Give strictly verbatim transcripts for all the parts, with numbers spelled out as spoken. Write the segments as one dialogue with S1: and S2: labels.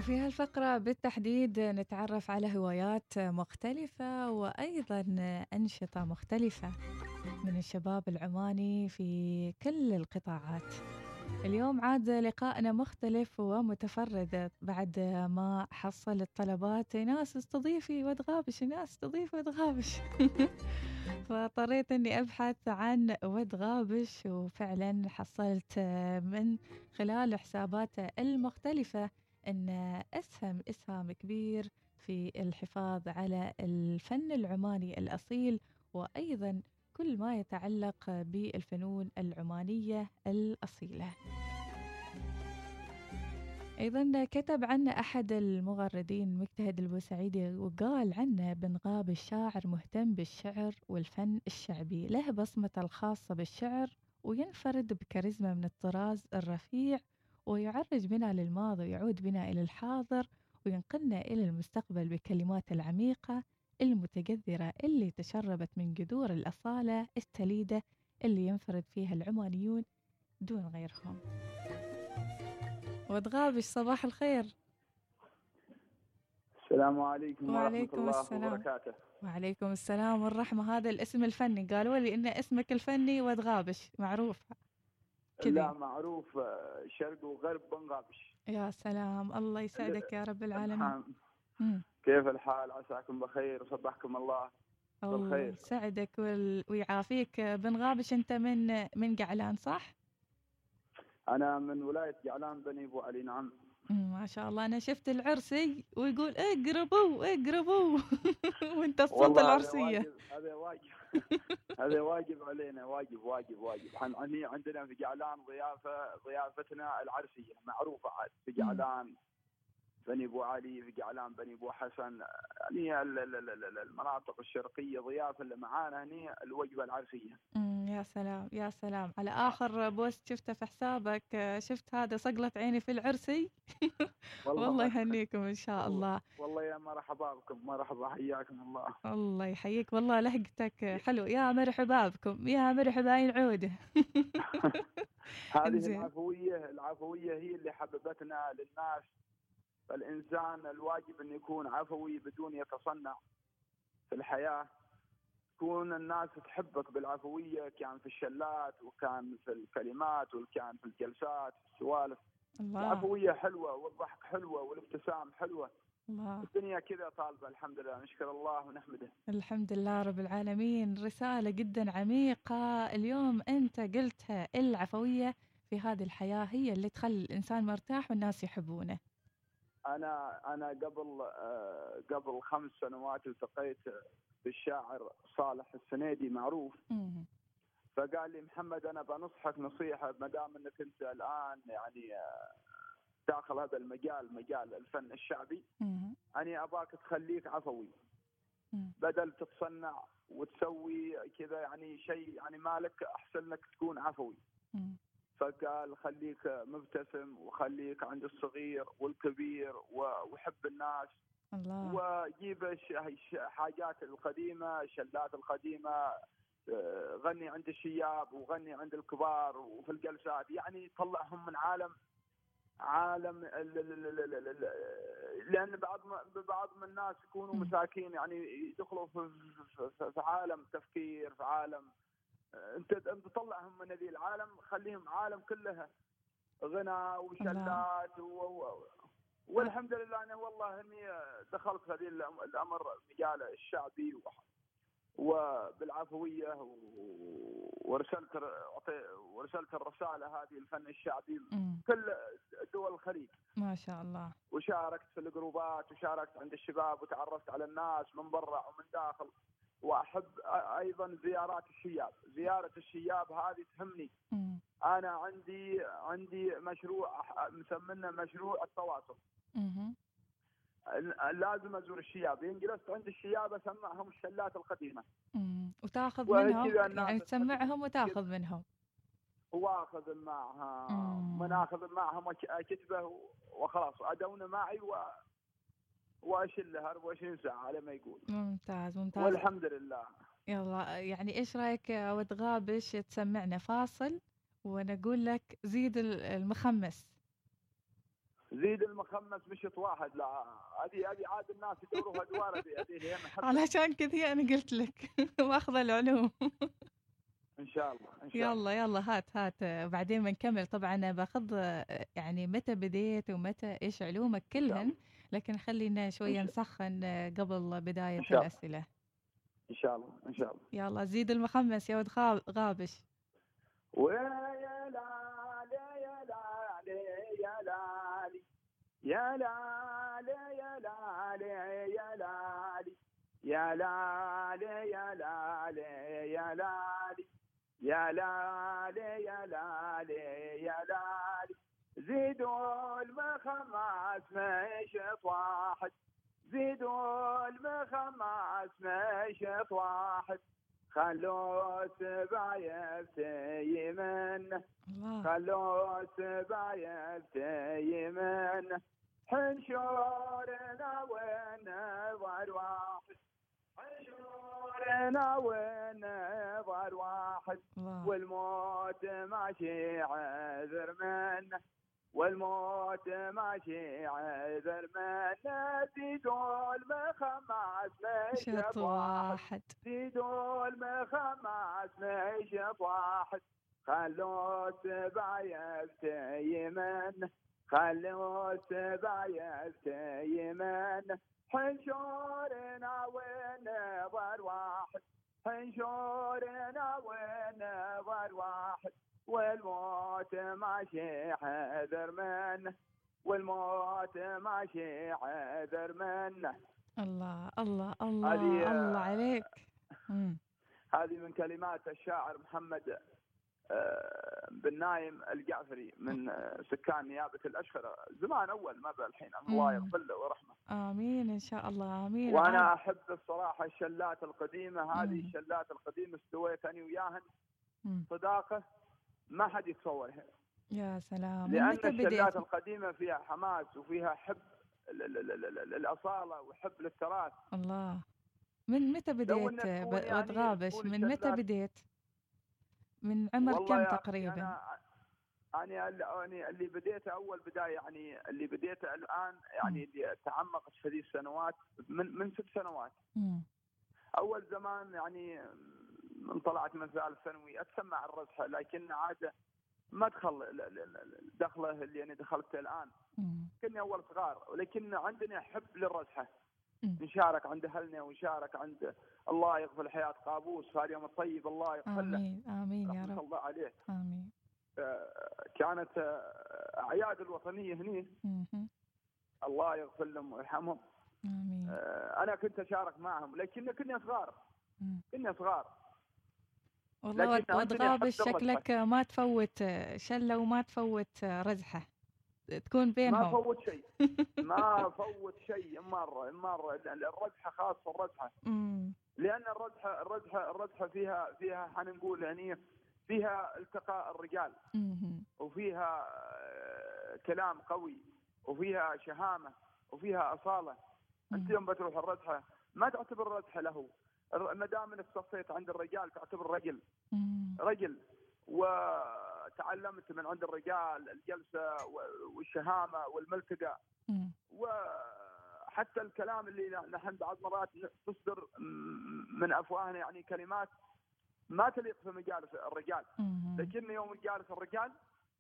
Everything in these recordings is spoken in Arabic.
S1: وفي هالفقرة بالتحديد نتعرف على هوايات مختلفة وأيضا أنشطة مختلفة من الشباب العماني في كل القطاعات. اليوم عاد لقائنا مختلف ومتفرد بعد ما حصل الطلبات ناس استضيفي وتغابش، ناس استضيفي وتغابش. فاضطريت اني ابحث عن ود غابش، وفعلا حصلت من خلال حساباته المختلفة ان اسهم اسهام كبير في الحفاظ على الفن العماني الاصيل، وايضا كل ما يتعلق بالفنون العمانية الاصيلة. أيضا كتب عنه أحد المغردين مجتهد البوسعيدي وقال عنه: بن غاب الشاعر مهتم بالشعر والفن الشعبي، له بصمته الخاصة بالشعر وينفرد بكاريزما من الطراز الرفيع، ويعرج بنا للماضي ويعود بنا إلى الحاضر وينقلنا إلى المستقبل بكلمات العميقة المتجذرة اللي تشربت من جذور الأصالة التليدة اللي ينفرد فيها العمانيون دون غيرهم. وتغابش، صباح الخير.
S2: السلام عليكم ورحمة
S1: وعليكم
S2: الله
S1: السلام.
S2: وبركاته.
S1: وعليكم السلام والرحمة. هذا الاسم الفني، قالوا لي إن اسمك الفني وتغابش، معروف
S2: لا
S1: كذي.
S2: معروف، آه، شرق وغرب بن غابش.
S1: يا سلام، الله يسعدك يا رب العالمين.
S2: نعم.
S1: مم.
S2: كيف الحال؟ عساكم بخير وصبحكم الله
S1: الله
S2: بالخير.
S1: يسعدك وال... ويعافيك. بن غابش أنت من من قعلان صح؟
S2: أنا من ولاية جعلان بني أبو علي. نعم.
S1: مم، ما شاء الله. أنا شفت العرسي ويقول اقربوا اقربوا. وأنت الصوت
S2: والله هذا
S1: العرسية.
S2: واجب، هذا واجب. هذا واجب علينا، واجب واجب واجب. هني عندنا في جعلان ضيافة، ضيافتنا العرسية معروفة عاد في
S1: مم.
S2: جعلان بني ابو علي، في جعلان بني ابو حسن. يعني ال- ال- ال- ال- المناطق الشرقيه ضيافه اللي معانا هني الوجبه العرسيه.
S1: امم يا سلام يا سلام على آخر بوست شفته في حسابك. آه، شفت هذا صقلة عيني في العرسي. والله
S2: والله.
S1: يهنيكم إن شاء
S2: والله
S1: الله.
S2: والله يا مرحبا بكم، مرحبا، حياكم الله.
S1: الله يحييك، والله لهجتك حلو. يا مرحبا بكم، يا مرحبا ينعوده.
S2: هذه
S1: انزين.
S2: العفويه، العفويه هي اللي حببتنا للناس. فالانسان الواجب انه يكون عفوي بدون يتصنع في الحياه. تكون الناس تحبك بالعفويه، كان في الشلات وكان في الكلمات وكان في الجلسات في السوالف.
S1: الله.
S2: العفوية حلوة والضحك حلوة والابتسام حلوة.
S1: الله.
S2: الدنيا كذا طالبة، الحمد لله، نشكر الله ونحمده.
S1: الحمد لله رب العالمين. رسالة جدا عميقة اليوم أنت قلتها. العفوية في هذه الحياة هي اللي تخلي الإنسان مرتاح والناس يحبونه.
S2: أنا أنا قبل آه، قبل خمس سنوات التقيت بالشاعر صالح السنيدي معروف.
S1: مم.
S2: فقال لي: محمد، أنا بنصحك نصيحة، ما دام أنك أنت الآن يعني آه، داخل هذا المجال، مجال الفن الشعبي،
S1: مم.
S2: أنا أباك تخليك عفوي
S1: مم.
S2: بدل تتصنع وتسوي كذا يعني شيء يعني مالك، أحسن لك تكون عفوي.
S1: مم.
S2: فقال: خليك مبتسم وخليك عند الصغير والكبير وحب الناس،
S1: الله.
S2: وجيب الش- حاجات القديمة، الشلات القديمة، آه، غني عند الشياب وغني عند الكبار وفي الجلسات، يعني طلعهم من عالم، عالم ال- ال- ال- ال- ال- ال- لأن بعض م- بعض من الناس يكونوا
S1: مم.
S2: مساكين، يعني يدخلوا في, في, في في عالم تفكير، في عالم، انت انت طلعهم من هذه العالم، خليهم عالم كلها غنى
S1: الله.
S2: وشلات و... و...
S1: آه.
S2: والحمد لله انا والله اني دخلت في هذه الأم- الامر، مجال الشعبي و... وبالعفويه و... ورسلت ر- ورسلت الرساله هذه الفن الشعبي
S1: مم.
S2: كل دول الخليج،
S1: ما شاء الله.
S2: وشاركت في الجروبات وشاركت عند الشباب وتعرفت على الناس من برا ومن داخل. واحب ايضا زيارات الشياب، زياره الشياب هذه تهمني.
S1: مم.
S2: انا عندي عندي مشروع مسمينه مشروع التواصل.
S1: مهم.
S2: لازم ازور الشياب، ان جلست عند الشياب اسمعهم الشلات القديمه،
S1: مم. وتاخذ منهم،
S2: وكذا الناس
S1: يعني
S2: تحب
S1: تسمعهم وتاخذ
S2: كذا،
S1: منهم.
S2: واخذ معها من
S1: مم.
S2: اخذ معهم كتبه وخلاص، ادون معي و... واشلها أربعة وعشرين ساعه على ما يقول.
S1: ممتاز ممتاز.
S2: والحمد لله.
S1: يلا، يعني ايش رايك وتغابش تسمعنا فاصل وانا اقول لك زيد ال- المخمس.
S2: زيد المخمس مشط واحد. لا هذه هذه عاد الناس يدوروها دوار. هذه هذه هي محبة.
S1: علشان كذا أنا قلت لك واخذة العلوم.
S2: ان شاء الله ان شاء الله.
S1: يلا يلا هات هات بعدين بنكمل. طبعا أنا باخذ يعني متى بديت ومتى إيش علومك
S2: ان شاء
S1: كلهن،
S2: الله
S1: لكن خلينا
S2: ان
S1: شوية
S2: شاء
S1: نسخن قبل بداية
S2: إن شاء الله
S1: الأسئلة.
S2: ان شاء الله ان شاء الله.
S1: يلا زيد المخمس يا ود غاب- غابش.
S2: ويا لالي يا لالي يا لالي يا لالي يا لالي يا لالي يا لالي يا لالي يا لالي يا لالي يا لالي يا لالي زيدوا المخمس مشط واحد. زيدوا المخمس مشط واحد. خلوا سبع يبتي منه.
S1: الله.
S2: خلوا سبع يبتي منه. حنشورنا والنظر واحد. حنشورنا والنظر واحد.
S1: الله.
S2: والموت ماشي عذر منه. والموت ماشي عذر منه. زيدوا المخمس
S1: شط
S2: مشط واحد.
S1: واحد.
S2: زيدوا المخمس مشط واحد. خلوا سبع يبتي منه. خلوا سبع يبتي منه. حنشورنا والنظر واحد. حنشورنا والنظر واحد. والموت ماشي حذر منه. والموت ماشي حذر منه.
S1: الله الله الله
S2: هذه
S1: الله عليك. مم.
S2: هذه من كلمات الشاعر محمد آه، بن نايم الجعفري من آه، سكان نيابة الأشخرة زمان أول ما بالحين. الله
S1: مم.
S2: يغفر له ورحمه.
S1: آمين إن شاء الله آمين.
S2: وأنا
S1: عاد.
S2: أحب الصراحة الشلات القديمة. هذه
S1: مم.
S2: الشلات القديمة استويت أنا وياهن
S1: مم.
S2: صداقة ما حد يتصورها.
S1: يا سلام. من
S2: لأن
S1: متى بديت؟
S2: الشلات القديمة فيها حماس وفيها حب ل- ل- ل- ل- للأصالة وحب للتراث.
S1: الله. من متى
S2: لو
S1: بديت
S2: إنك تكون
S1: ب-
S2: يعني
S1: وتغابش؟
S2: تكون
S1: من متى
S2: الشلات.
S1: بديت؟ من عمر
S2: والله
S1: كم
S2: يا أختي
S1: تقريبا؟
S2: أنا أنا اللي اللي بديته أول بداية يعني اللي بديته الآن يعني اللي تعمقت في هذه السنوات من من ست سنوات.
S1: مم.
S2: أول زمان يعني من طلعت من ثالث ثانوي أتسمع الرزحة، لكن عاد ما دخل ال- ال- ال- الدخلة اللي أنا دخلتها الآن.
S1: مم.
S2: كنا أول صغار ولكن عندنا حب للرزحة.
S1: مم.
S2: نشارك عند أهلنا ونشارك عند الله يغفر حياة قابوس. هذا يوم الطيب الله يغفر له
S1: آمين آمين يا
S2: رحمة
S1: رب.
S2: الله عليه.
S1: آمين.
S2: آه، كانت آه، أعياد الوطنية هني
S1: مهم.
S2: الله يغفر لهم ويرحمهم.
S1: آمين.
S2: آه، أنا كنت أشارك معهم لكن كنا صغار.
S1: مم.
S2: كنا صغار.
S1: والله
S2: لكن
S1: ود-
S2: عندنا حب
S1: وتغابش
S2: الرزحة.
S1: شكلك ما تفوت شلة وما تفوت رزحة تكون
S2: ما
S1: بينهم.
S2: فوت شيء. ما فوت شيء مرة مرة. الرزحة خاصة الرزحة.
S1: مم.
S2: لأن الرزحة الرزحة الرزحة فيها فيها حنقول يعني فيها التقاء الرجال
S1: مهم.
S2: وفيها آه، كلام قوي وفيها شهامة وفيها أصالة. أنت
S1: مم.
S2: يوم بتروح الرزحة ما تعتبر الرزحة له. الر- ما دام انك صفيت عند الرجال تعتبر رجل.
S1: مم.
S2: رجل وتعلمت من عند الرجال الجلسة و- والشهامة والملتقى.
S1: مم.
S2: وحتى الكلام اللي نحن بعض مرات تصدر م- من أفواهنا يعني كلمات ما تليق في مجالس الرجال.
S1: مهم.
S2: لكن يوم جالس الرجال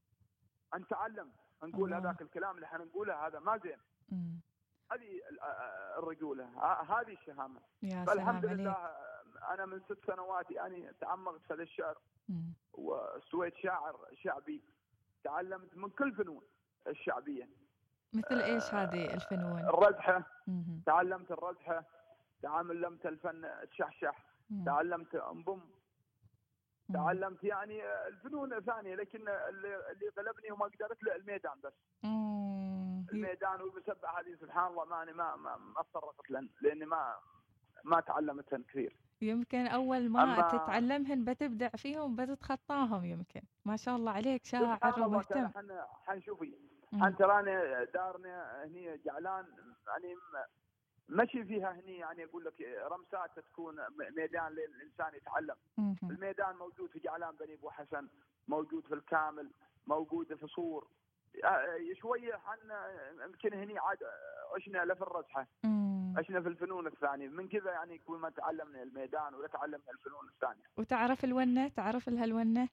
S2: نتعلم نقول
S1: الله.
S2: هذاك الكلام اللي حنقوله هذا ما زين.
S1: مم.
S2: هذه ال- آه، الرجولة. ه- هذه الشهامة.
S1: يا
S2: فالحمد
S1: سلام
S2: لله
S1: عليك.
S2: آه، أنا من ست سنوات يعني تعمقت في هذا الشعر
S1: مم.
S2: وسويت شاعر شعبي. تعلمت من كل فنون الشعبية.
S1: مثل إيش هذه الفنون؟
S2: الرزحة
S1: مهم.
S2: تعلمت الرزحة. تعلمت الفن الشحشح.
S1: مم.
S2: تعلمت انبم.
S1: مم.
S2: تعلمت يعني الفنون ثانية لكن اللي اللي غلبني وما قدرت له الميدان بس.
S1: مم.
S2: الميدان والمسبح هذه سبحان الله ما أنا ما ما ما تطرقت لهن لأني ما ما تعلمتهن كثير.
S1: يمكن أول ما
S2: أما
S1: تتعلمهن بتبدع فيهم بتتخطاهم. يمكن ما شاء الله عليك شاعر
S2: سبحان الله ترى
S1: ومهتم.
S2: حن حنشوفي
S1: مم.
S2: حن تراني دارنا هني جعلان يعني م- مشي فيها هني يعني أقول لك رمسات تكون م- ميدان للإنسان يتعلم.
S1: مهم.
S2: الميدان موجود في جعلان بني أبو حسن، موجود في الكامل، موجود في صور. آه، شويه حنا يمكن هني عاد عشنا له في الرزحه،
S1: امم
S2: عشنا في الفنون الثانيه، من كذا يعني يكون ما تعلمنا الميدان ولا تعلمنا الفنون الثانيه.
S1: وتعرف الونة، تعرف لها الونة؟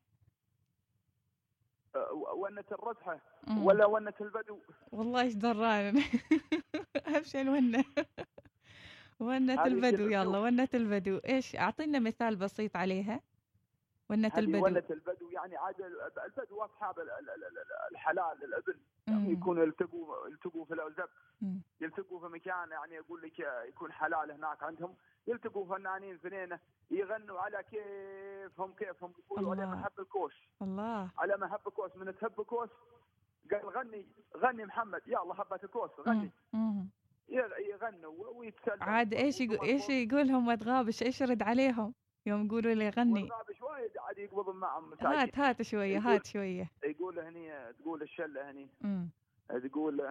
S2: آه، ونة الرزحه
S1: امم
S2: ولا ونة البدو؟
S1: والله ايش دراني. اهم شيء الونة. ونة
S2: هذه
S1: البدو،
S2: كل
S1: يلا
S2: شوف،
S1: ونة البدو، ايش اعطينا مثال بسيط عليها. ونة
S2: هذه
S1: البدو.
S2: ونة البدو يعني عاد البدو اصحاب ال- ال- ال- ال- الحلال الابن، يعني
S1: امم
S2: يكونوا يلتقوا يلتقوا في الأوزب،
S1: امم
S2: يلتقوا في مكان يعني يقول لك يكون حلال هناك عندهم، يلتقوا فنانين اثنين يغنوا على كيفهم كيفهم، يقولوا على
S1: الله.
S2: محب الكوس،
S1: الله.
S2: على محب كوس، من تحب كوس قال غني غني محمد يلا حبة الكوس
S1: امم
S2: غني،
S1: امم
S2: يغ- يغنوا ويتسلوا
S1: عاد ايش يقو...
S2: وضمن
S1: ايش
S2: الفوق.
S1: يقولهم وتغابش، ايش يرد عليهم يوم يقولوا لي غني؟
S2: والغابش وايد عاد يقبض معهم مساكين.
S1: هات هات شوية،
S2: يقول
S1: هات شوية.
S2: يقول هني تقول الشله هني
S1: امم
S2: تقول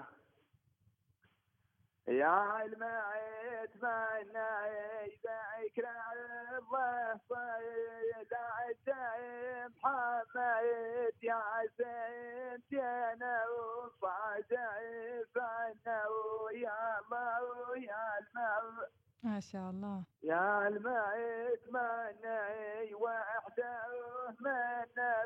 S2: يا المعيت مناي ذكر الضيف لا محمد يا سنتنا وصعد فنا ويا الله يا المعيت
S1: ما شاء الله.
S2: يا المعيت مناي وحده منه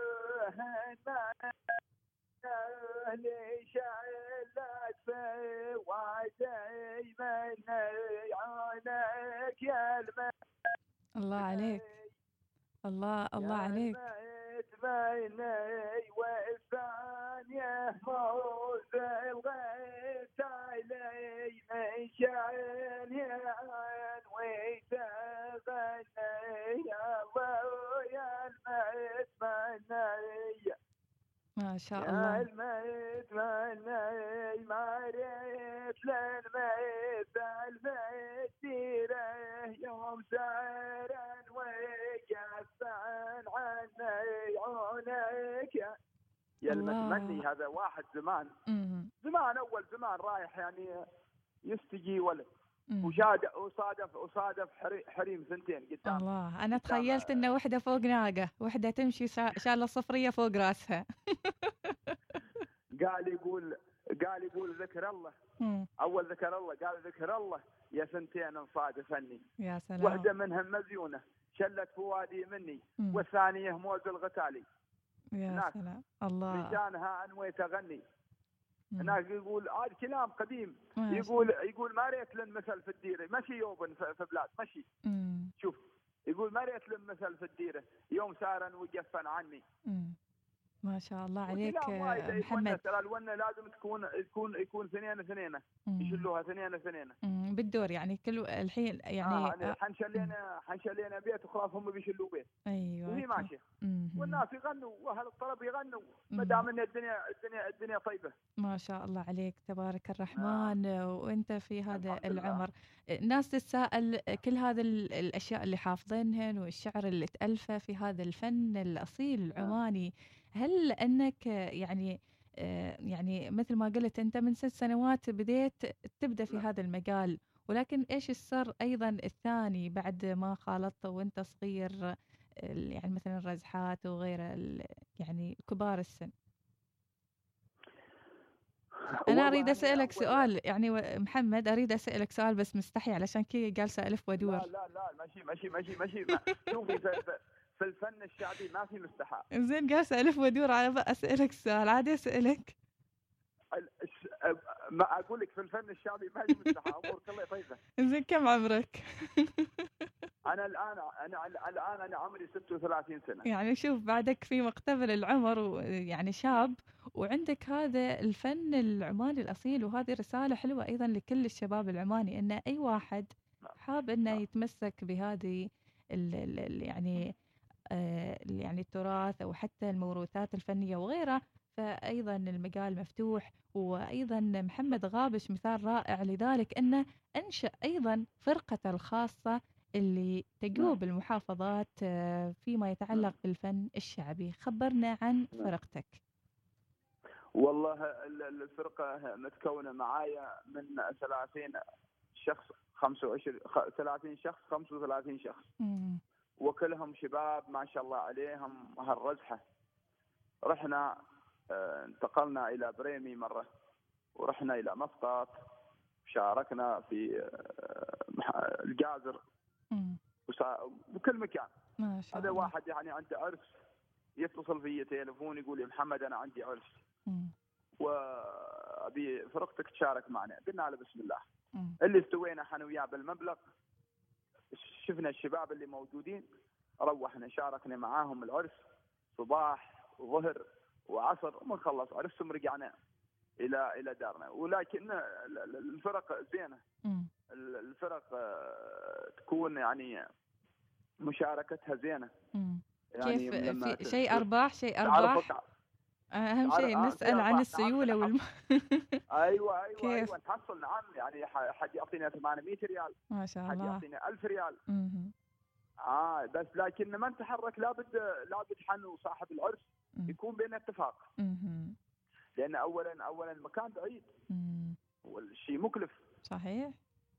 S2: لي شعلك في وعدي من عيونك يا الماء،
S1: الله عليك. الله الله
S2: يا
S1: عليك.
S2: الماء تبيني والثانية موت الغيث علي من شعل يا عين ويتغني يا الله يا الماء تبيني
S1: ما شاء
S2: يا
S1: الله.
S2: الميت مني ما ريت للميت الميت ديره يوم سيرا ويقفن عني عونك يا يا المتمني.
S1: الله.
S2: هذا واحد زمان
S1: امم
S2: زمان اول زمان رايح يعني يستجي ولد
S1: امم
S2: وشاد وصادف وصادف حري- حريم ثنتين قدام
S1: الله، انا
S2: قدام
S1: تخيلت ان وحده فوق ناقه، وحده تمشي شا- شاله صفريه فوق راسها.
S2: قال يقول قال يقول ذكر الله،
S1: امم
S2: اول ذكر الله قال ذكر الله يا ثنتين صادفني،
S1: يا سلام.
S2: واحده منهم مزيونه شلت فؤادي مني،
S1: مم.
S2: والثانيه موز الغتالي
S1: يا
S2: هناك
S1: سلام.
S2: من
S1: الله.
S2: شانها انويت اغني.
S1: مم.
S2: هناك يقول هذا كلام قديم،
S1: ما شاء
S2: يقول يقول ما ريت لن مثل في الديره مشي يوبن في في بلاد مشي،
S1: مم.
S2: شوف يقول ما ريت لن مثل في الديره يوم سارا وجفن عني.
S1: مم. ما شاء الله عليك
S2: وكلام وايد
S1: آه،
S2: يتونس،
S1: محمد.
S2: ترى الونه لازم تكون يكون يكون اثنين اثنين
S1: مم.
S2: يشلوها اثنين اثنين.
S1: مم. بالدور يعني كل الحين يعني
S2: اه
S1: آه.
S2: حنشلينا حنشلينا بيت وخلاص هم بيشلوا بيت
S1: ايوه
S2: وهي
S1: أوكي.
S2: ماشيه
S1: مم.
S2: والناس يغنوا واهل الطرب يغنوا ما
S1: مم.
S2: دام ان الدنيا الدنيا الدنيا طيبه.
S1: ما شاء الله عليك تبارك
S2: نعم
S1: الرحمن. وانت في هذا
S2: الحمد لله.
S1: العمر الناس تتساءل كل هذا ال- الاشياء اللي حافظينهن والشعر اللي تألفه في هذا الفن الاصيل
S2: نعم.
S1: العماني. هل انك يعني آه، يعني مثل ما قلت انت من ست سنوات بديت تبدا في
S2: نعم.
S1: هذا المجال، ولكن ايش السر ايضا الثاني بعد ما خالطته وانت صغير ال- يعني مثلا الرزحات وغيره ال- يعني كبار السن؟ أنا أريد
S2: والله اني
S1: أسألك
S2: اول
S1: سؤال يعني و- محمد أريد أسألك سؤال بس مستحي علشان كذا جالسة ألف وأدور.
S2: لا لا لا ماشي ماشي ماشي ماشي ما. شوفي في, في, في الفن الشعبي ما في مستحى.
S1: زين جالسة ألف وأدور على بقى أسألك سؤال عادي أسألك.
S2: ال- الش- ما اقول لك في الفن الشعبي ما في مستحى امور كلها طيبه.
S1: زين كم عمرك؟
S2: انا الان انا الان انا عمري ستة وثلاثين سنه.
S1: يعني شوف بعدك في مقتبل العمر ويعني شاب وعندك هذا الفن العماني الأصيل، وهذه رسالة حلوة أيضا لكل الشباب العماني أن أي واحد حاب أنه يتمسك بهذه ال ال ال يعني آه، يعني التراث أو حتى الموروثات الفنية وغيرها، فأيضا المجال مفتوح. وأيضا محمد غابش مثال رائع لذلك أنه أنشأ أيضا فرقة الخاصة اللي تجوب المحافظات آه، فيما يتعلق بالفن الشعبي. خبرنا عن فرقتك.
S2: والله ال- ال- الفرقه متكونه معايا من ثلاثين شخص خمسة وعشرين خ- ثلاثين شخص خمسة وثلاثين شخص
S1: مم.
S2: وكلهم شباب ما شاء الله عليهم هالرزحه. رحنا آه، انتقلنا إلى بريمي مرة، ورحنا إلى مسقط، شاركنا في آه، مح- الجازر
S1: مم.
S2: وسا- بكل مكان.
S1: ما شاء
S2: هذا
S1: الله.
S2: واحد يعني عنده عرس يتصل في تليفون يقول لي محمد أنا عندي عرس
S1: مم.
S2: وأبي فرقتك تشارك معنا. قلنا له بسم الله.
S1: مم.
S2: اللي استوينا احنا وياه بالمبلغ، شفنا الشباب اللي موجودين، روحنا شاركنا معاهم العرس صباح وظهر وعصر، ومن خلص عرسهم رجعنا الى الى دارنا. ولكن الفرق زينه،
S1: مم.
S2: الفرق آه، تكون يعني مشاركتها زينه.
S1: مم.
S2: يعني
S1: كيف
S2: لما
S1: في شيء أرباح شيء
S2: تعرفوا
S1: أرباح أهم
S2: تعرف
S1: شيء
S2: آه في
S1: نسأل عن
S2: ارباح. نعم
S1: السيولة
S2: نحصل.
S1: والم
S2: ايوه ايوه
S1: كيف؟
S2: ايوه نحصل. نعم يعني ح- حد يعطينا ثمانمئة ريال،
S1: ما شاء
S2: حد
S1: الله.
S2: يعطينا ألف ريال.
S1: مم.
S2: اه بس لكن ما نتحرك، لابد لابد حن وصاحب العرس
S1: مم.
S2: يكون بيننا اتفاق،
S1: مم.
S2: لان اولا اولا المكان بعيد
S1: مم.
S2: والشيء مكلف.
S1: صحيح.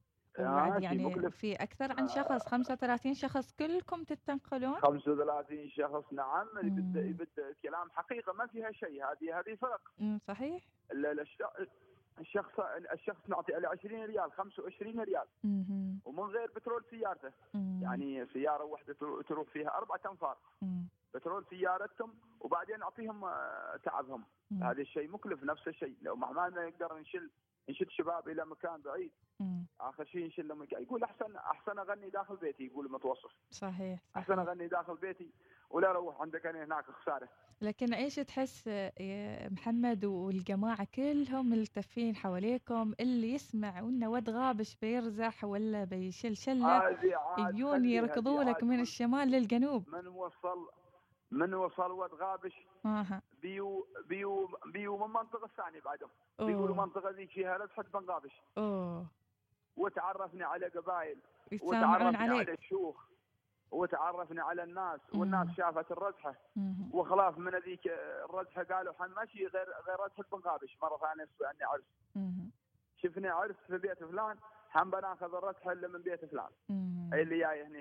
S2: آه
S1: وبعد
S2: شيء
S1: يعني
S2: مكلف.
S1: في أكثر عن
S2: آه
S1: شخص، خمسة وثلاثين شخص كلكم تتنقلون؟
S2: خمسة وثلاثين شخص. نعم يبدا
S1: مم.
S2: يبدا كلام حقيقه ما فيها شيء. هذه هذه فرق.
S1: مم. صحيح.
S2: ال- الأش- الشخص الشخص نعطي عليه عشرين ريال، خمسة وعشرين ريال،
S1: مم.
S2: ومن غير بترول سيارته.
S1: مم.
S2: يعني سياره واحده ترو- تروح فيها أربعة أنفار
S1: مم.
S2: بترول سيارتهم، وبعدين نعطيهم آه، تعبهم.
S1: مم.
S2: هذا الشيء مكلف. نفس الشيء لو ما ما نقدر نشيل نشد شباب الى مكان بعيد،
S1: مم.
S2: اخر شيء نشيل لهم. يقول احسن احسن اغني داخل بيتي، يقول متوسط
S1: صحيح.
S2: احسن
S1: صحيح.
S2: اغني داخل بيتي ولا اروح عندك انا هناك خساره.
S1: لكن ايش تحس يا محمد والجماعة كلهم ملتفين حواليكم، اللي يسمع انه ود غابش بيرزح ولا بيشل شلة
S2: هذه عاد
S1: يجون
S2: خليها،
S1: يركضوا
S2: هذه
S1: لك
S2: عاد
S1: من
S2: من,
S1: الشمال للجنوب.
S2: من وصل من وصل ود غابش
S1: اها.
S2: بيو بيو بيو من المنطقه الثانيه بعدهم.
S1: أوه.
S2: بيقولوا المنطقه ذيك فيها رزحه بن غابش.
S1: اوه.
S2: وتعرفني على قبائل،
S1: يتسامعون
S2: وتعرفني
S1: عليك.
S2: على الشيوخ، وتعرفنا على الناس، والناس
S1: مم.
S2: شافت الرزحه
S1: مم.
S2: وخلاص من ذيك الرزحه قالوا حن ماشي غير غير رزحه بن غابش. مره ثانيه سوى عني عرس،
S1: مم.
S2: شفنا عرس في بيت فلان، حن بناخذ الرزحه اللي من بيت فلان
S1: مم.
S2: اللي جاي هني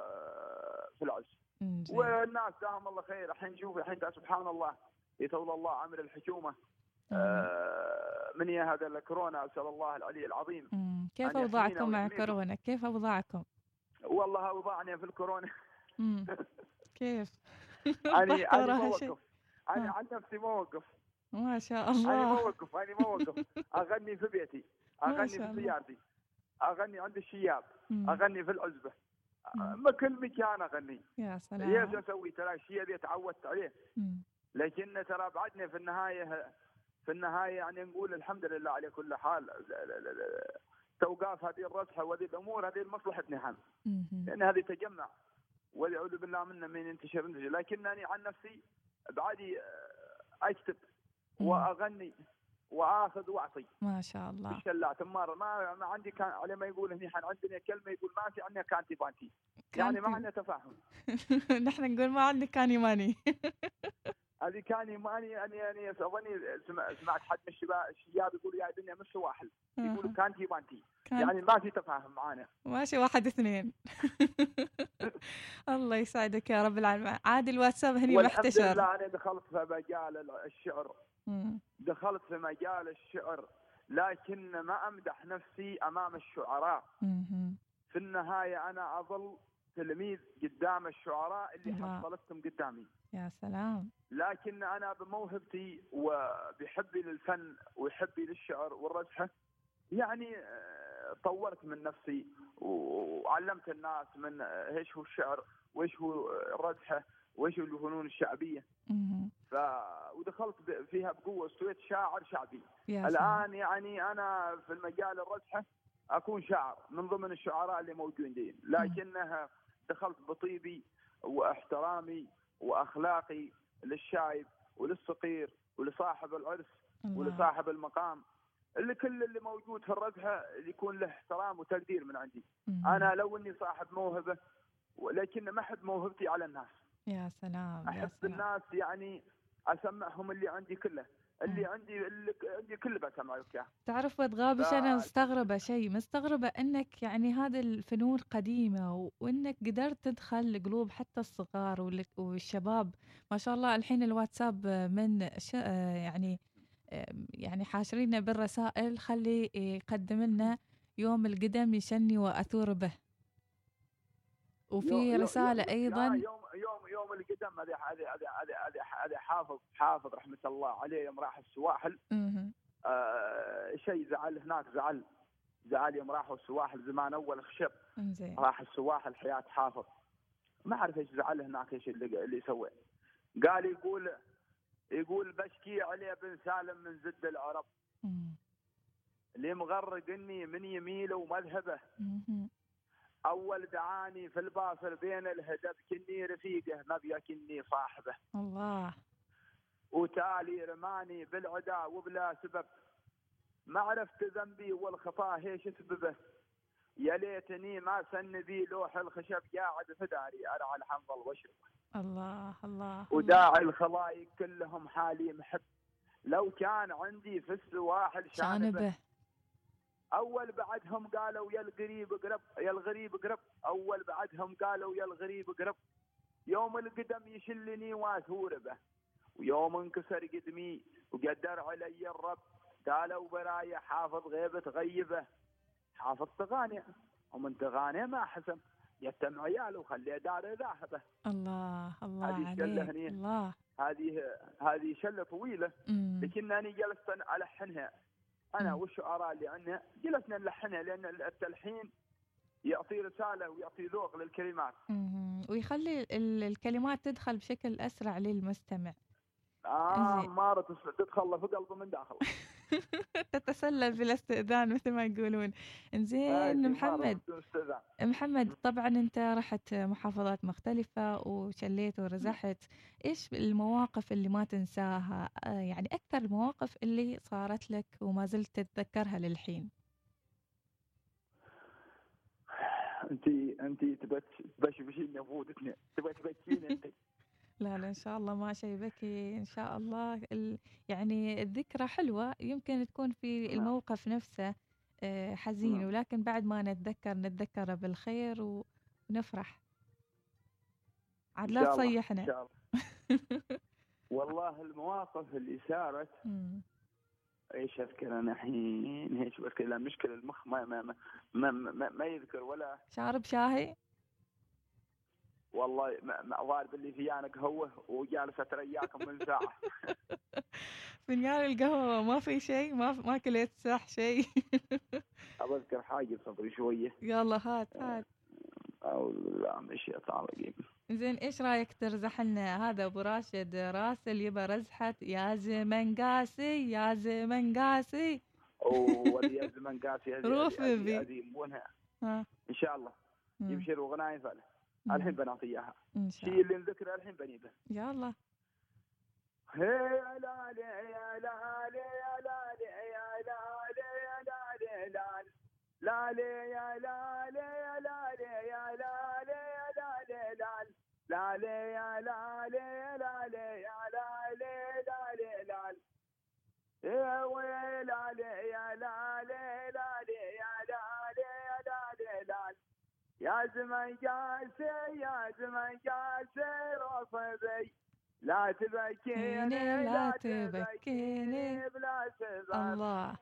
S2: آه، في العرس.
S1: مم. زين.
S2: والناس جزاهم الله خير. الحين نشوف الحين سبحان الله يطول الله عمر الحكومه.
S1: مم.
S2: آه، من هي هذا الكورونا، اسال الله العلي العظيم
S1: مم. كيف
S2: أن يحمينا
S1: اوضاعكم مع
S2: ويحميكم.
S1: كورونا؟ كيف اوضاعكم؟
S2: والله اوضاعني في الكورونا.
S1: مم. كيف؟
S2: اني
S1: ضحك
S2: اني
S1: وراها شيء.
S2: موقف. انا
S1: آه.
S2: عن نفسي موقف.
S1: ما شاء
S2: اني
S1: الله.
S2: موقف اني موقف اغني في بيتي،
S1: ما
S2: اغني
S1: شاء
S2: في
S1: الله.
S2: سيارتي، اغني عند الشياب،
S1: مم.
S2: اغني في العزبه،
S1: مم.
S2: ما كل مكان اغني.
S1: يا
S2: ايش
S1: سلام.
S2: اسوي؟ ترى الشيء اللي تعودت عليه.
S1: مم.
S2: لكن ترى بعدنا في النهايه في النهايه يعني نقول الحمد لله على كل حال. توقاف هذه الرزحه وهذه الامور هذه لمصلحتنا احنا،
S1: مم.
S2: لان هذه تجمع والعوذ بالله منا من ينتشر ينتشر. لكنني عن نفسي بعدي اكتب
S1: مم.
S2: واغني واخذ واعطي
S1: ما شاء الله.
S2: بالشلات. مره ما ما عندي كان على ما يقول هني حن عندنا كلمه يقول ما في عندنا كانتي بانتي، يعني ما
S1: كانتي.
S2: عندنا تفاهم.
S1: نحن نقول ما عندك كاني ماني.
S2: هذه كاني ماني اني اني اظني سمع- سمعت حد من الشباب الشياب يقول يا الدنيا مش واحد، يقولوا كانتي بانتي،
S1: كان
S2: يعني ما في تفاهم معانا.
S1: ماشي واحد اثنين. الله يسعدك يا رب العالمين. عادي الواتساب هني
S2: والحمد
S1: محتشر.
S2: لله انا دخلت في مجال الشعر،
S1: مم.
S2: دخلت في مجال الشعر، لكن ما امدح نفسي امام الشعراء.
S1: مم.
S2: في النهايه انا اظل تلميذ قدام الشعراء اللي
S1: الله.
S2: حصلتهم قدامي.
S1: يا سلام.
S2: لكن انا بموهبتي وبحبي للفن وحبي للشعر والرزحه يعني آه، طورت من نفسي وعلمت الناس من آه، ايش هو الشعر وايش هو الرزحه وايش هو الفنون الشعبيه.
S1: مم.
S2: ف ودخلت ب- فيها بقوه، استويت شاعر شعبي.
S1: يا سلام.
S2: الان يعني انا في المجال الرزحه اكون شاعر من ضمن الشعراء اللي موجودين، لكنها دخلت بطيبي واحترامي واخلاقي للشايب وللصقير ولصاحب العرس
S1: الله.
S2: ولصاحب المقام، اللي كل اللي موجود في الرزحه يكون له احترام وتقدير من عندي.
S1: مم.
S2: انا لو اني صاحب موهبه ولكن ما احب موهبتي على الناس.
S1: يا سلام. يا
S2: احب
S1: سلام.
S2: الناس يعني اسمعهم اللي عندي كله. اللي
S1: مم.
S2: عندي اللي عندي كل بسمعك اياه.
S1: تعرف بتغابش، أنا
S2: فالحمد
S1: مستغربة
S2: لله.
S1: شيء، مستغربة إنك يعني هذه الفنون قديمة و... وإنك قدرت تدخل قلوب حتى الصغار وال... والشباب. ما شاء الله الحين الواتساب من ش... آه يعني آه يعني حاشرينا بالرسائل، خلي يقدم لنا يوم القدم يشني وأثور به.
S2: يو
S1: وفي
S2: يو يو
S1: رسالة
S2: يو لا
S1: أيضا.
S2: يوم يوم يوم القدم، هذه هذه هذه هذه هذه هذه حافظ حافظ رحمه الله عليه يوم راح السواحل.
S1: مهم.
S2: آه شيء زعل هناك، زعل زعل يوم راحوا السواحل زمان اول خشب.
S1: إنزين.
S2: راح السواحل حياة حافظ، ما اعرف ايش زعل هناك، ايش اللي اللي سوى. قال يقول يقول بشكي عليه بن سالم من زد العرب،
S1: مم.
S2: اللي مغرقني من يميله ومذهبه.
S1: مهم.
S2: اول دعاني في الباصر بين الهدف كني رفيقه، ما بيا كني صاحبه.
S1: الله.
S2: وتالي رماني بالعدا وبلا سبب، ما عرفت ذنبي والخطا ايش سببه. يا ليتني ما سن بي لوح الخشب، قاعد في داري ارعى الحنظل واشرب.
S1: الله الله الله.
S2: وداعي الخلايق كلهم حالي محب، لو كان عندي في السواحل شانبه.
S1: شانبه.
S2: اول بعدهم قالوا يا القريب قرب، يا الغريب قرب. اول بعدهم قالوا يا الغريب قرب، يوم القدم يشلني واثور به. ويوم انكسر قدمي وقدر علي الرب، قالوا برايا حافظ غيبة غيبه. حافظ تغاني ومن تغاني ما حسم، يتم عياله وخليه دار ذاهبه.
S1: الله الله
S2: هذه الشله
S1: عليك.
S2: هني،
S1: الله.
S2: هذه هذه شله طويله،
S1: امم.
S2: لكنني جلست الحنها انا
S1: أمم.
S2: والشعراء اللي عندنا، جلسنا نلحنها لان التلحين يعطي رساله ويعطي ذوق للكلمات.
S1: أمم. ويخلي ال- الكلمات تدخل بشكل أسرع للمستمع.
S2: اه
S1: زين.
S2: مارة تدخل في قلبه من داخل.
S1: تتسلل بلا استئذان مثل ما يقولون.
S2: هاي
S1: زين
S2: مارة
S1: محمد.
S2: بدون استئذان.
S1: محمد، طبعا انت رحت محافظات مختلفة وشليت ورزحت. ايش المواقف اللي ما تنساها؟ آه، يعني اكثر المواقف اللي صارت لك وما زلت تتذكرها للحين.
S2: انت انت تبى تبشبشيني فوتتني، تبى تبكيني انت.
S1: لا لا، ان شاء الله ما شيء بكي ان شاء الله. ال... يعني الذكرى حلوة، يمكن تكون في
S2: نعم
S1: الموقف نفسه آه، حزين،
S2: نعم
S1: ولكن بعد ما نتذكر نتذكره بالخير و- ونفرح. عاد
S2: ان
S1: لا
S2: شاء الله ان
S1: تصيحنا.
S2: شاء الله. والله المواقف اللي صارت
S1: مم.
S2: ايش اذكر انا الحين، ايش اذكر؟ لا مشكله المخ ما ما ما ما, ما, ما يذكر ولا.
S1: شارب شاهي.
S2: والله ما ما ضارب اللي فيانا قهوه وجالسه ترياكم من ساعه.
S1: فنجان القهوة ما في شيء، ما ما كليت صح شيء.
S2: ابى اذكر حاجه صبري شويه.
S1: يلا هات هات.
S2: اعوذ بالله من الشيطان الرجيم.
S1: زين، ايش رايك ترزح لنا هذا ابو راشد راسل يبا رزحة يا زمن قاسي يا زمن قاسي.
S2: اوه هذه يا زمن قاسي، هذه
S1: روف
S2: هذه هذه
S1: بي.
S2: هذه وينها؟
S1: ها.
S2: ان شاء الله
S1: مم.
S2: يبشر وغناي فعلا. الحين
S1: مم.
S2: بنعطي اياها
S1: ان شاء
S2: الشيء
S1: الله.
S2: اللي نذكره الحين بنيبه.
S1: يلا.
S2: هي يا لالي يا لالي يا لالي يا لالي يا لالي لالي لالي يا لالي يا لالي يا لالي يا لالي لالي لالي يا لالي يا لالي يا لالي لالي لالي يا ويلالي يا لالي لالي يا لالي يا لالي لالي يا زمن قاسي يا زمن قاسي رصبي، لا تبكيني
S1: لا
S2: لا
S1: تبكيني.
S2: تبكيني بلا سبب.
S1: الله.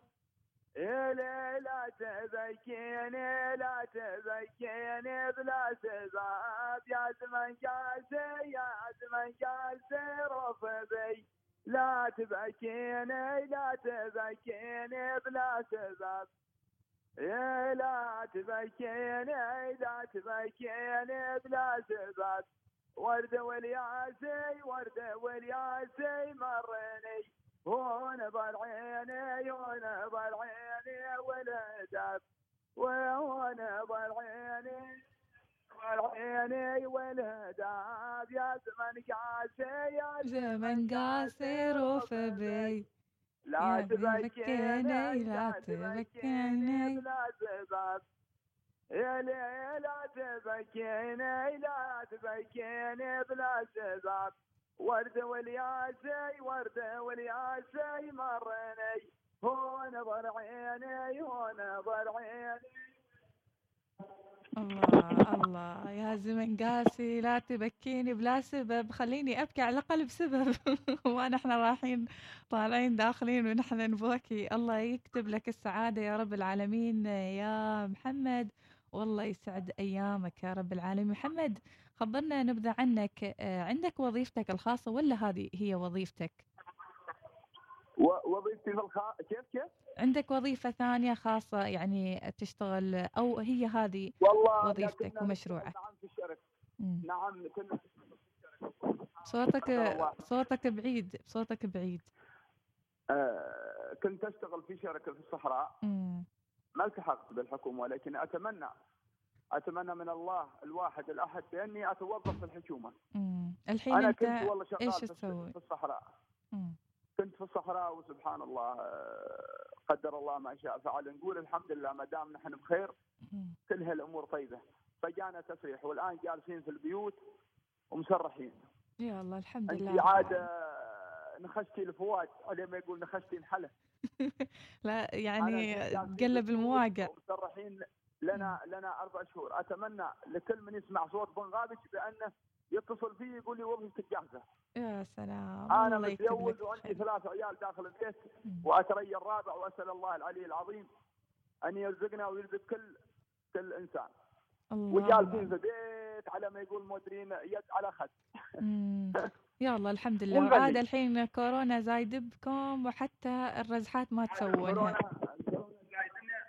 S2: إلي لا تبكيني لا تبكيني بلا سبب، يا زمن قاسي يا زمن قاسي رصبي، لا تبكيني لا تبكيني بلا سبب. إيه لا تبكيني لا تبكيني بلا سبب. ورد والياسي ورد والياسي مرني، هون بالعيني هون بالعيني والهدف، وهون بالعيني والعيني والهدف، يا زمن قاسي يا
S1: زمن قاسي روف بي.
S2: لا
S1: يا
S2: تبكيني
S1: تبكيني لا
S2: لا تبكيني
S1: تبكيني.
S2: بلا سبب. يا ليل لا تبكيني لا تبكيني بلا سبب. ورده والياسي ورده والياسي مرني هون ضر عيني هون ضر عيني.
S1: الله الله يا زمن قاسي، لا تبكيني بلا سبب، خليني أبكي على الأقل بسبب. وأنا إحنا رايحين طالعين داخلين ونحن نبكي. الله يكتب لك السعادة يا رب العالمين يا محمد، والله يسعد أيامك يا رب العالمين. محمد، خبرنا نبذة عنك. آه، عندك وظيفتك الخاصة ولا هذه هي وظيفتك؟
S2: وظيفتي في الخ... كيف كيف؟
S1: عندك وظيفة ثانية خاصة يعني تشتغل، أو هي هذه
S2: والله
S1: وظيفتك ومشروعك؟
S2: نعم في الشركة.
S1: مم.
S2: نعم كنا
S1: صوتك صوتك بعيد، صوتك بعيد.
S2: آه كنت أشتغل في شركة في الصحراء.
S1: مم.
S2: ما التحقت بالحكومة، ولكن أتمنى أتمنى من الله الواحد الأحد بأني أتوظف في الحكومة.
S1: مم. الحين
S2: أنا
S1: أنت
S2: كنت والله شغال
S1: إيش
S2: في
S1: تسوي؟
S2: في الصحراء.
S1: مم.
S2: كنت في الصحراء وسبحان الله آه، قدر الله ما شاء فعل. نقول الحمد لله ما دام نحن بخير
S1: مم.
S2: كل هالأمور طيبة. فجانا تسريح والآن جالسين في البيوت ومسرحين.
S1: يا الله الحمد
S2: أنت
S1: لله.
S2: عاد آه، نخشتي الفواج على ما يقول نخشتي الحلة.
S1: لا
S2: أنا
S1: يعني
S2: الحين جالسين في
S1: تقلب
S2: البيوت
S1: المواقع.
S2: ومسرحين لنا لنا أربع شهور. أتمنى لكل من يسمع صوت بن غابش بأنه يتصل فيه يقول لي وظيفتك جاهزة.
S1: يا سلام،
S2: أنا
S1: الله يكتب لك
S2: متزوج وعندي
S1: الخير.
S2: ثلاث عيال داخل البيت
S1: مم.
S2: وأتري الرابع، وأسأل الله العلي العظيم أن يرزقنا ويرزق كل كل إنسان. وجالسين
S1: الله.
S2: في بيت على ما يقول مدرين يد على خد.
S1: مم. يا الله الحمد لله.
S2: ونغني.
S1: وعاد الحين كورونا زايد بكم وحتى الرزحات ما تسوونها.
S2: كورونا كورونا زايدنا.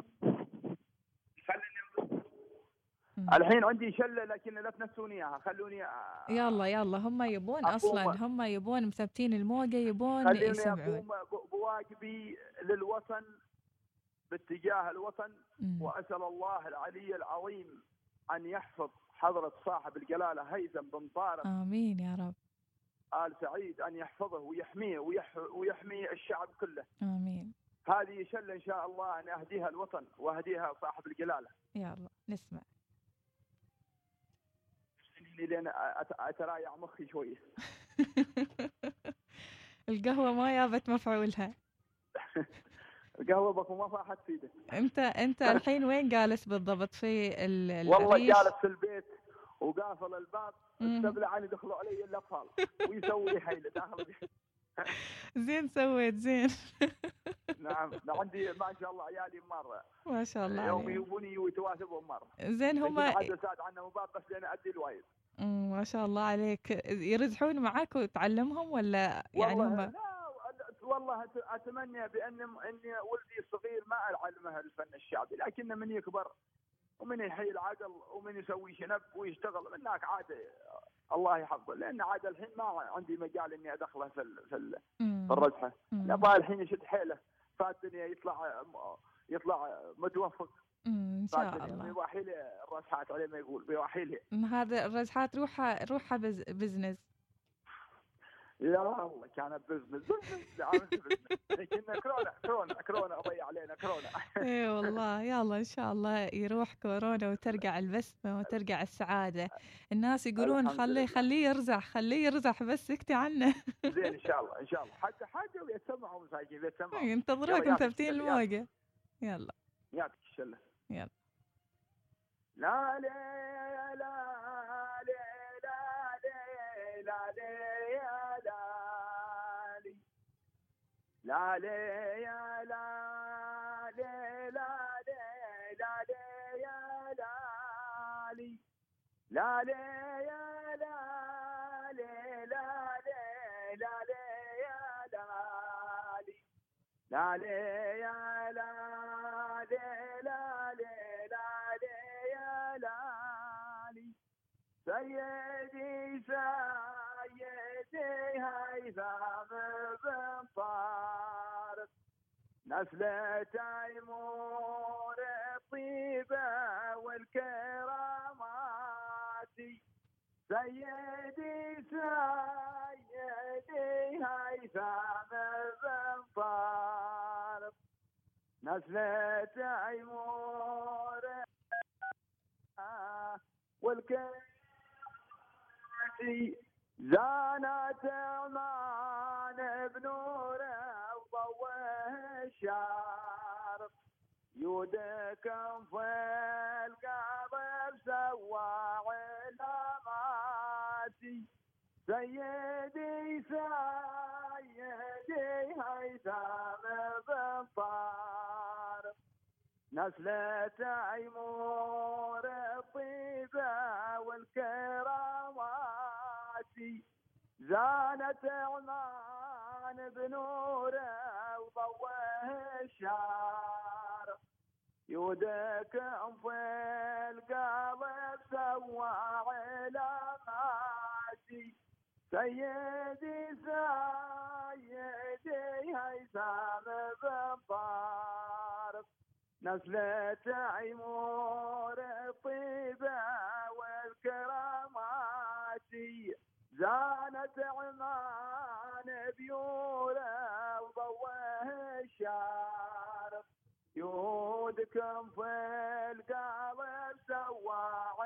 S2: خليني
S1: مم.
S2: الحين عندي شله لكن لا تنسوني اياها، خلوني أ-
S1: يلا يلا، هم يبون
S2: أقوم-
S1: اصلا، هم يبون مثبتين الموقع، يبون
S2: خليني
S1: يسمعون.
S2: اقوم ب- بواجبي للوطن باتجاه الوطن.
S1: مم.
S2: واسال الله العلي العظيم ان يحفظ حضره صاحب الجلاله هيثم بن طارق
S1: امين يا رب.
S2: آل سعيد، ان يحفظه ويحميه ويح ويحمي الشعب كله.
S1: امين.
S2: هذه شله ان شاء الله ان اهديها الوطن واهديها صاحب الجلاله.
S1: يلا نسمع.
S2: لين أت- اترايع مخي شويه.
S1: القهوة ما جابت مفعولها.
S2: القهوه بكم ما فاحت تفيدك.
S1: انت انت الحين وين جالس بالضبط؟ في ال-
S2: والله
S1: الريش؟
S2: جالس في البيت وقافل الباب،
S1: مم.
S2: استبلع يدخلوا علي الاطفال ويسوي لي حيله داخل البيت.
S1: زين سويت، زين.
S2: نعم عندي ما شاء الله عيالي مره
S1: ما شاء الله
S2: يوم
S1: عليهم.
S2: يجوني ويتواثبون مره.
S1: زين هم.
S2: لكن عاد ساد عنهم باب بس لين ادي الوايد.
S1: مم، ما شاء الله عليك. يرزحون معاك وتعلمهم ولا يعني
S2: والله
S1: هم؟
S2: لا والله أت- اتمنى بان اني ولدي الصغير ما اعلمه الفن الشعبي، لكن من يكبر ومن يحيي العقل ومن يسوي شنب ويشتغل من هناك عاد الله يحفظه. لان عاد الحين ما عندي مجال اني ادخله في ال- في ال-
S1: مم.
S2: في الرزحه.
S1: مم.
S2: نبغى الحين يشد حيله فالدنيا يطلع يطلع متوفق.
S1: مم، ان شاء
S2: فالدنيا
S1: الله.
S2: بيوحي لي الرزحات على ما يقول بيوحي لي.
S1: مم، هذا الرزحات روحها روحها بز بزنس.
S2: يا الله كانت بزنس بزنس عملت بزنس، لكن كورونا كورونا كورونا اضيع علينا كورونا.
S1: اي والله. يلا ان شاء الله يروح كورونا وترجع البسمة وترجع السعادة. الناس يقولون
S2: الحمد
S1: خليه
S2: لله.
S1: خليه يرزح، خليه يرزح، بس سكتي عنه.
S2: زين ان شاء الله ان شاء الله حتى حاجه ويتسمعوا مساكين يتسمعوا.
S1: ينتظروك
S2: يلا، يعطيك
S1: مثبتين
S2: الشلة،
S1: الموقع. يلا
S2: يعطيك الشله.
S1: يلا.
S2: لا لا لا لا لا لا لا لا لا يا لا لا لا لا يا لالي لا لا يا لا لا لا يا لالي لا لا يا لا لا لا يا لالي سيدي سيدي هيثم بن طارق نسلة تيمور الطيبة والكرامات سيدي سيدي هيثم بن طارق نسلة تيمور والكرامات زانت عمان بنوره وضوه الشارق، يودكم في القلب سوى علاماتي، سيدي سيدي هيثم بن طارق، نسلة عمور الطيبة والكرامات، زانت عمان بنوره وضوه الشارق، يودكم في القلب سوى علاماتي، سيدي سيدي هيثم بن طارق، نسلة عمور الطيبة والكرامات، زانت عمان بيوره وضوه الشارق، يودكم في القلب سوى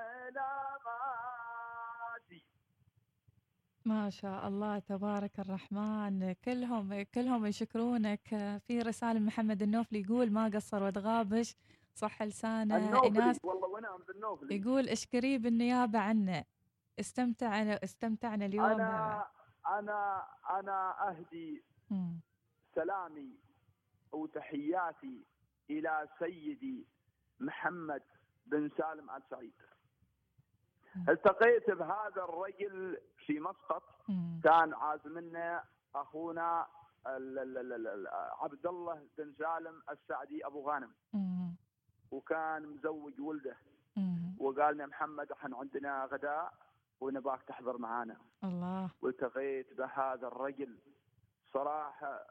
S2: علاماتي.
S1: ما شاء الله تبارك الرحمن، كلهم كلهم يشكرونك. في رسالة محمد النوفلي يقول ما قصر وتغابش، صح لسانه.
S2: النوفلي
S1: إناس
S2: والله ونعم بالنوفلي.
S1: يقول اشكريه بالنيابة عنا، استمتعنا استمتعنا اليوم.
S2: أنا أنا أنا أهدي
S1: مم.
S2: سلامي وتحياتي إلى سيدي محمد بن سالم آل سعيد. التقيت بهذا الرجل في مسقط،
S1: مم.
S2: كان عازمنا أخونا عبد الله بن سالم السعدي أبو غانم،
S1: مم.
S2: وكان مزوج ولده،
S1: مم.
S2: وقال لنا محمد احنا عندنا غداء ونباك تحضر معانا.
S1: الله.
S2: والتقيت بهذا الرجل صراحة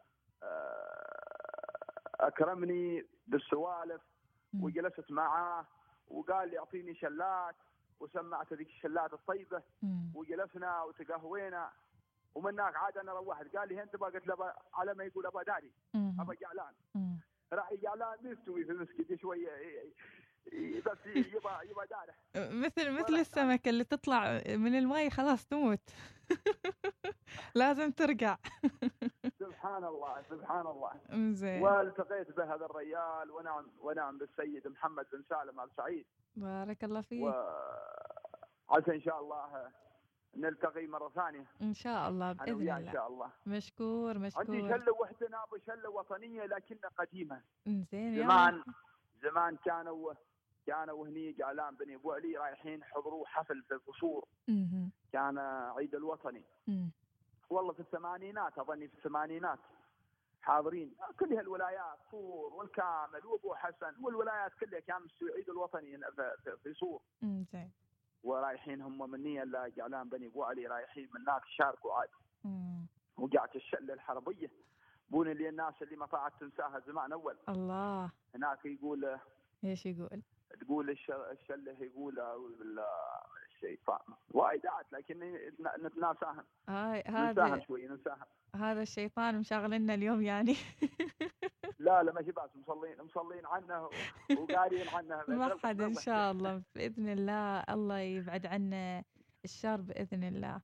S2: أكرمني بالسوالف،
S1: مم.
S2: وجلست معاه وقال لي أعطيني شلات، وسمعت ذيك الشلات الطيبة،
S1: مم.
S2: وجلسنا وتقهوينا، ومن هناك عاد أنا روحت. قال لي أنت بقى، قلت له على ما يقول أبا داري أبا جعلان. راعي جعلان يستوي في المسجد شوية بس يبقى يبقى داره،
S1: مثل مثل السمكة اللي تطلع من الماء خلاص تموت لازم ترجع.
S2: سبحان الله سبحان الله.
S1: زين.
S2: والتقيت بهذا الرجال، ونعم ونعم بالسيد محمد بن سالم آل سعيد،
S1: بارك الله فيك.
S2: وعسى إن شاء الله نلتقي مرة ثانية
S1: إن شاء الله بإذن الله.
S2: إن شاء الله.
S1: مشكور مشكور.
S2: عندي شلة وحدنا بشلة وطنية لكنها قديمة.
S1: زين.
S2: زمان زمان كانوا كانوا هني جعلان بني ابو علي رايحين حضروا حفل في القصور، كان عيد الوطني. مم. والله في الثمانينات، اظني في الثمانينات حاضرين كل هالولايات، صور والكامل وابو حسن والولايات كلها كان مستوي عيد الوطني في صور.
S1: زين.
S2: ورايحين هم مني الا جعلان بني ابو علي رايحين من هناك يشاركوا عاد. وقعت الشله الحربيه بون اللي الناس اللي ما طاعت تنساها زمان اول.
S1: الله.
S2: هناك يقول
S1: ايش يقول؟
S2: تقول الشله يقول اعوذ بالله من الشيطان، وايدات لكن نتناساهم.
S1: هاي هذا
S2: شوي ننساهم.
S1: هذا الشيطان مشغلنا اليوم يعني.
S2: لا لا ماشي بس مصلين مصلين عنه وقارين عنه.
S1: ما حد ان شاء الله باذن الله، الله يبعد عنا الشر باذن الله.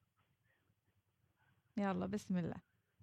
S1: يلا بسم الله.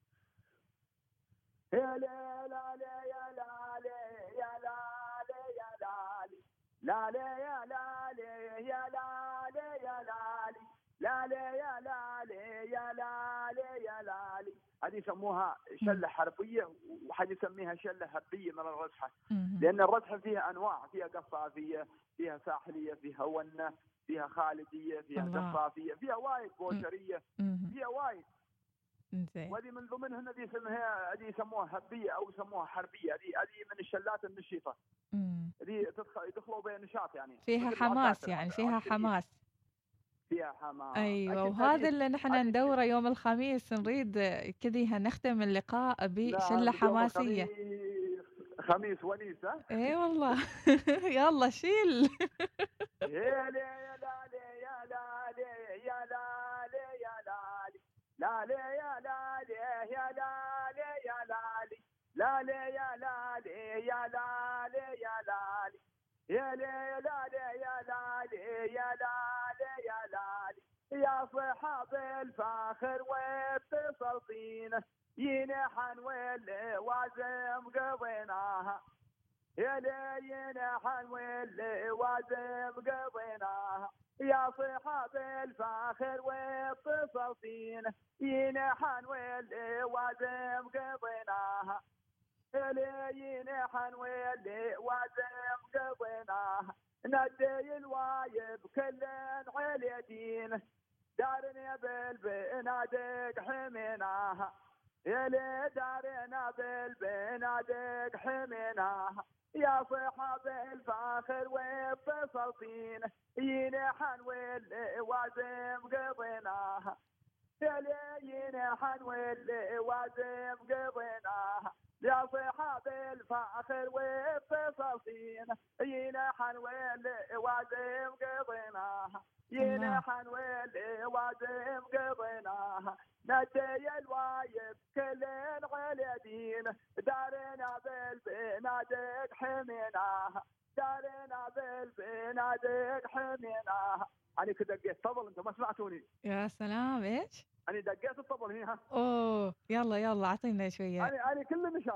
S2: يا لا لا لا يا لا يا لا يا لا لا يا لا يا لا يا لا لا لا يا لا يا لا يا لا. هذه يسموها شله حربيه، وحد يسميها شله هبيه من الرزحه، لان الرزحه فيها انواع، فيها قصافيه، فيها ساحليه، فيها ونه، فيها خالديه، فيها قصافيه، فيها وايد بوشريه، فيها وايد. وهذه من ضمنها هذه يسموها هذه يسموها هبيه او يسموها حربيه. هذه هذه من الشلات النشيطه، هذه يدخلوا بها نشاط يعني،
S1: فيها حماس يعني، فيها حماس
S2: فيها حماس.
S1: ايوه، وهذا اللي نحن ندوره يوم الخميس، نريد كذي هنختم اللقاء بشله حماسيه.
S2: خميس ونيس. ها
S1: اي والله. يلا شيل.
S2: يا لا يا لا يا لا يا لا يا لا لا لا يا لا يا لا يا لا لا لا يا لا يا لا يا لا يا لا لا يا لا يا لا يا لا يا صحاب الفاخر واتصل فينا ينحن واللوازم قضيناها يا ينحن واللوازم قضيناها يا صحاب الفاخر واتصل فينا ينحن واللوازم قضيناها ينحن واللوازم قضيناها ندي الوايب كلن على دين دارنا بالبنادق حميناها يلي دارنا بالبنادق حميناها يا صحاب الفاخر واتصل فينا ينحن واللوازم قضيناها يلي ينحن واللوازم قضيناها يا صحاب الفاخر واتصل فينا ينحن واللوازم قضيناها ينحن واللوازم قضيناها ندي الوايب كلن على دين دارنا بالبنادق حميناها دارنا بالبنادق حميناها. أنا كده دقيت طبل أنت ما سمعتوني.
S1: يا سلام إيش؟
S2: أنا دقيت الطبل هنا.
S1: أوه يلا يلا أعطينا شوية.
S2: أنا أنا كل نشاط.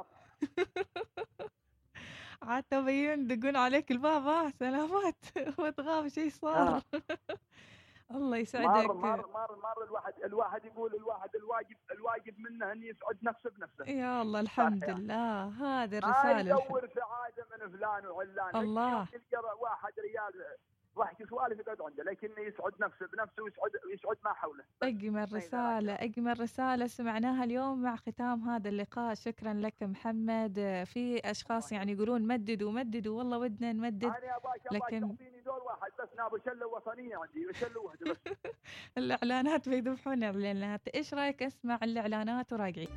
S1: عاد تبين دقون عليك البابا سلامات وتغاب شيء صار.
S2: آه.
S1: الله يسعدك.
S2: مر مر مر مر الواحد الواحد يقول الواحد الواجب الواجب منه أن يسعد نفسه بنفسه.
S1: يا الله الحمد لله هذه
S2: ما
S1: الرسالة.
S2: يدور سعادة من فلان وعلان.
S1: الله.
S2: يلقى واحد ريال واحد سوالف يقعد عنده لكن يسعد نفسه بنفسه ويسعد يسعد ما حوله.
S1: أجمل رسالة أجمل رسالة سمعناها اليوم مع ختام هذا اللقاء. شكرا لك محمد. في أشخاص يعني يقولون مددوا مددوا والله ودنا نمدد.
S2: أنا أباك
S1: لكن
S2: أباك تعطيني دور واحد بس نابو شلة وطنية عندي شلة واحدة بس.
S1: الإعلانات بيذبحون الإعلانات. إيش رأيك أسمع الإعلانات وراجعين؟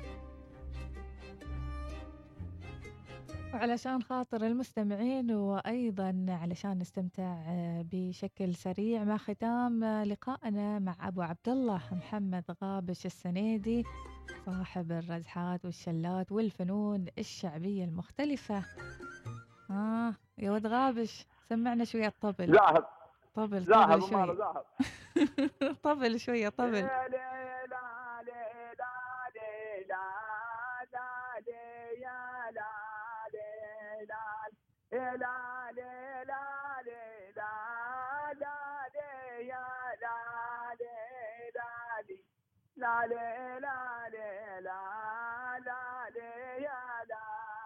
S1: وعلشان خاطر المستمعين وأيضا علشان نستمتع بشكل سريع مع ختام لقائنا مع أبو عبد الله محمد غابش السنيدي صاحب الرزحات والشلات والفنون الشعبية المختلفة. آه يا ود غابش سمعنا شوية طبل.
S2: ذاهب
S1: طبل
S2: ذاهب
S1: طبل شوية.
S2: ذاهب.
S1: طبل شوية طبل.
S2: لا لا لا لا لا لا يا لا لا لا لا لا لا لا يا لا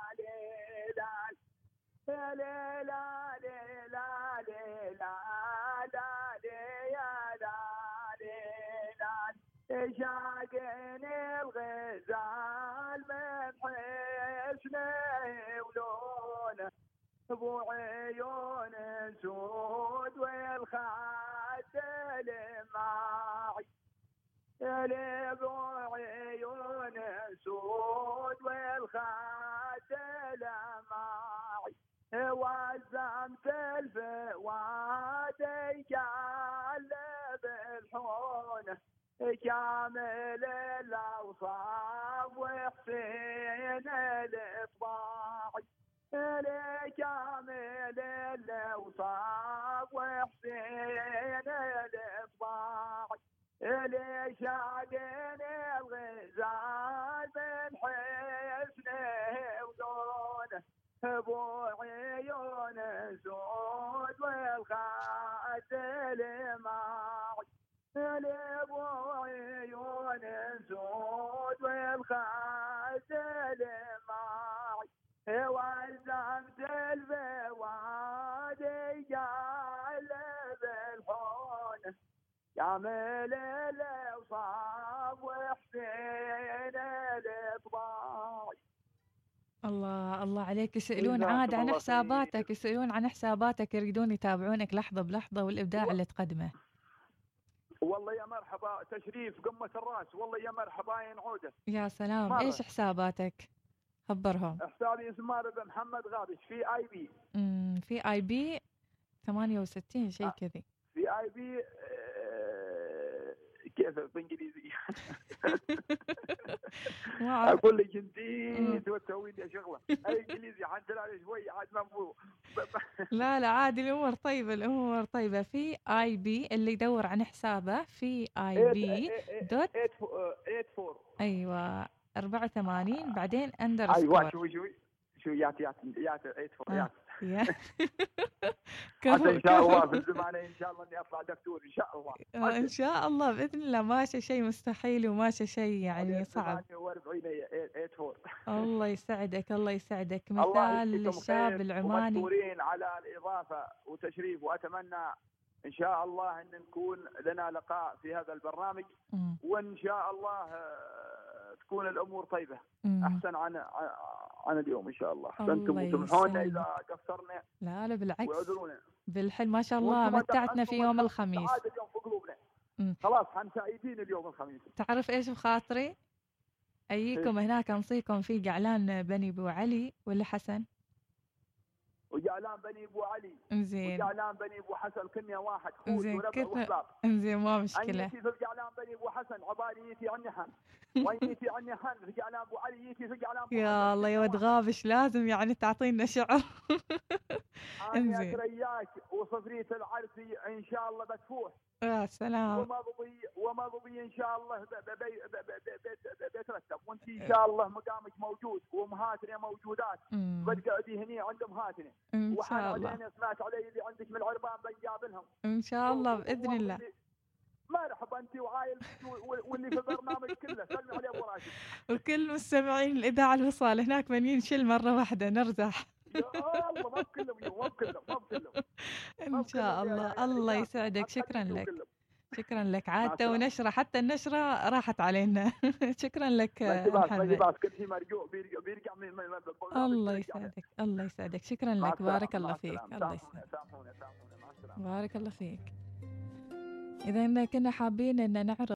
S2: لا لا لا لا يا لا شاقن الغزال من حسنه ولونه ابو عيون سود والخاتل معي يا ابو عيون سود والخاتل معي وزمت الفواد قلب الحونه كامل الاوصاف وحسين الاطباعي كامل الاوصاف وحسين الاطباعي لشاقن الغزال من حسنه ودونه ابو عيون سود والخاتل معي ابو عيون سود والخاتل معي وزمت الفواد قلب الحونه كامل الاوصاف وحسين الاطباعي.
S1: الله الله عليك. يسألون عاد عن حساباتك يسألون عن حساباتك يريدون يتابعونك لحظة بلحظة والإبداع و... اللي تقدمه.
S2: والله يا مرحبا تشريف قمة الراس والله يا مرحبا ينعوده.
S1: يا سلام مرة. إيش حساباتك؟ خبرهم.
S2: حسابي اسمه محمد غابش في اي بي.
S1: امم في اي بي ثمانية وستين شيء كذي.
S2: في اي بي آه كيف بالانجليزي؟
S1: ما أعرف.
S2: اقول لك
S1: إمم.
S2: انت وتسوي لي شغله اي انجليزي حتى على شوي عاد ما مو
S1: لا لا عادي، الأمور طيبة، الأمور طيبة. في آي بي اللي يدور عن حسابه في آي بي دوت
S2: ثمانية أربعة.
S1: أيوة أربعة وثمانين بعدين
S2: ايوه
S1: أندرسكور.
S2: شوي شوي شو يات يات يات ثمانية أربعة
S1: آه.
S2: يات.
S1: يا
S2: حتى
S1: كفو
S2: ان شاء الله
S1: كفو.
S2: في الزمانه ان شاء الله اني اطلع دكتور ان شاء الله.
S1: آه، إن شاء الله بإذن الله، ماشي شيء مستحيل وماشي شيء يعني
S2: بعدين
S1: صعب.
S2: ثمانية وأربعين ثمانية أربعة.
S1: الله يسعدك، الله يسعدك،
S2: الله
S1: مثال
S2: يجزيكم
S1: للشاب
S2: خير
S1: العماني.
S2: ومشكورين على الإضافة وتشريف، وأتمنى إن شاء الله أن نكون لنا لقاء في هذا البرنامج،
S1: إمم.
S2: وإن شاء الله آه، تكون الأمور طيبة
S1: إمم.
S2: أحسن عن عن- عن اليوم إن شاء الله. أحسنتم
S1: الله
S2: وسامحونا
S1: يسلمك.
S2: إذا قصرنا
S1: لا لا بالعكس،
S2: واعذرونا.
S1: بالحلم ما شاء الله
S2: وأنتم
S1: متعتنا في
S2: أنتم
S1: يوم
S2: اليوم
S1: الخميس.
S2: سعادة اليوم في قلوبنا.
S1: إمم.
S2: خلاص حن سعيدين اليوم الخميس.
S1: تعرف إيش بخاطري؟ أجيكم هناك أنصيكم في قعلان بني أبو علي ولا حسن؟
S2: وجعلان بني ابو علي
S1: إنزين.
S2: وجعلان بني ابو حسن كنا واحد خوت
S1: إنزين
S2: وربع
S1: كثر.
S2: واحباب.
S1: إنزين ما مشكلة.
S2: أنيتي في الجعلان بني ابو حسن عبالي يتي عني حن، وأنيتي عني حن في جعلان ابو علي يتي في جعلان ابو
S1: يا
S2: حسن.
S1: الله يا ود غابش، لازم يعني تعطينا شعر.
S2: أنا
S1: إنزين.
S2: أترياك وصفرية العرسي إن شاء الله بتفوح.
S1: يا سلام.
S2: وما بضي وما بضي إن شاء الله ب- ب- بي- ب- ب- ب- ب- بيترتب، وأنت إن شاء الله مقامك موجود وأمهاتنا موجودات.
S1: إمم.
S2: بتقعدي هني عند أمهاتنا.
S1: إن
S2: وحن
S1: شاء الله.
S2: علينا سمعت علي اللي عندك من العربان بنجابلهم.
S1: إن شاء الله بإذن الله.
S2: مرحبا انت وعايل واللي في البرنامج كله سلمي عليه ابو راشد.
S1: وكل مستمعين الإذاعة الوصال هناك من ينشل مرة واحدة نرزح.
S2: يا الله ما بكلم اليوم، ما بكلم ما بكلم.
S1: إن شاء الله. الله يسعدك، شكرا لك. شكرا لك، عاد تو نشرة، حتى النشرة راحت علينا. شكرا لك محمد.
S2: بس كل شيء مرجوع بيرجع بيرجع من من
S1: الله يسعدك، الله يسعدك، شكرا لك، بارك الله فيك. الله يسعدك، بارك الله فيك. إذا كنا حابين أن نعرض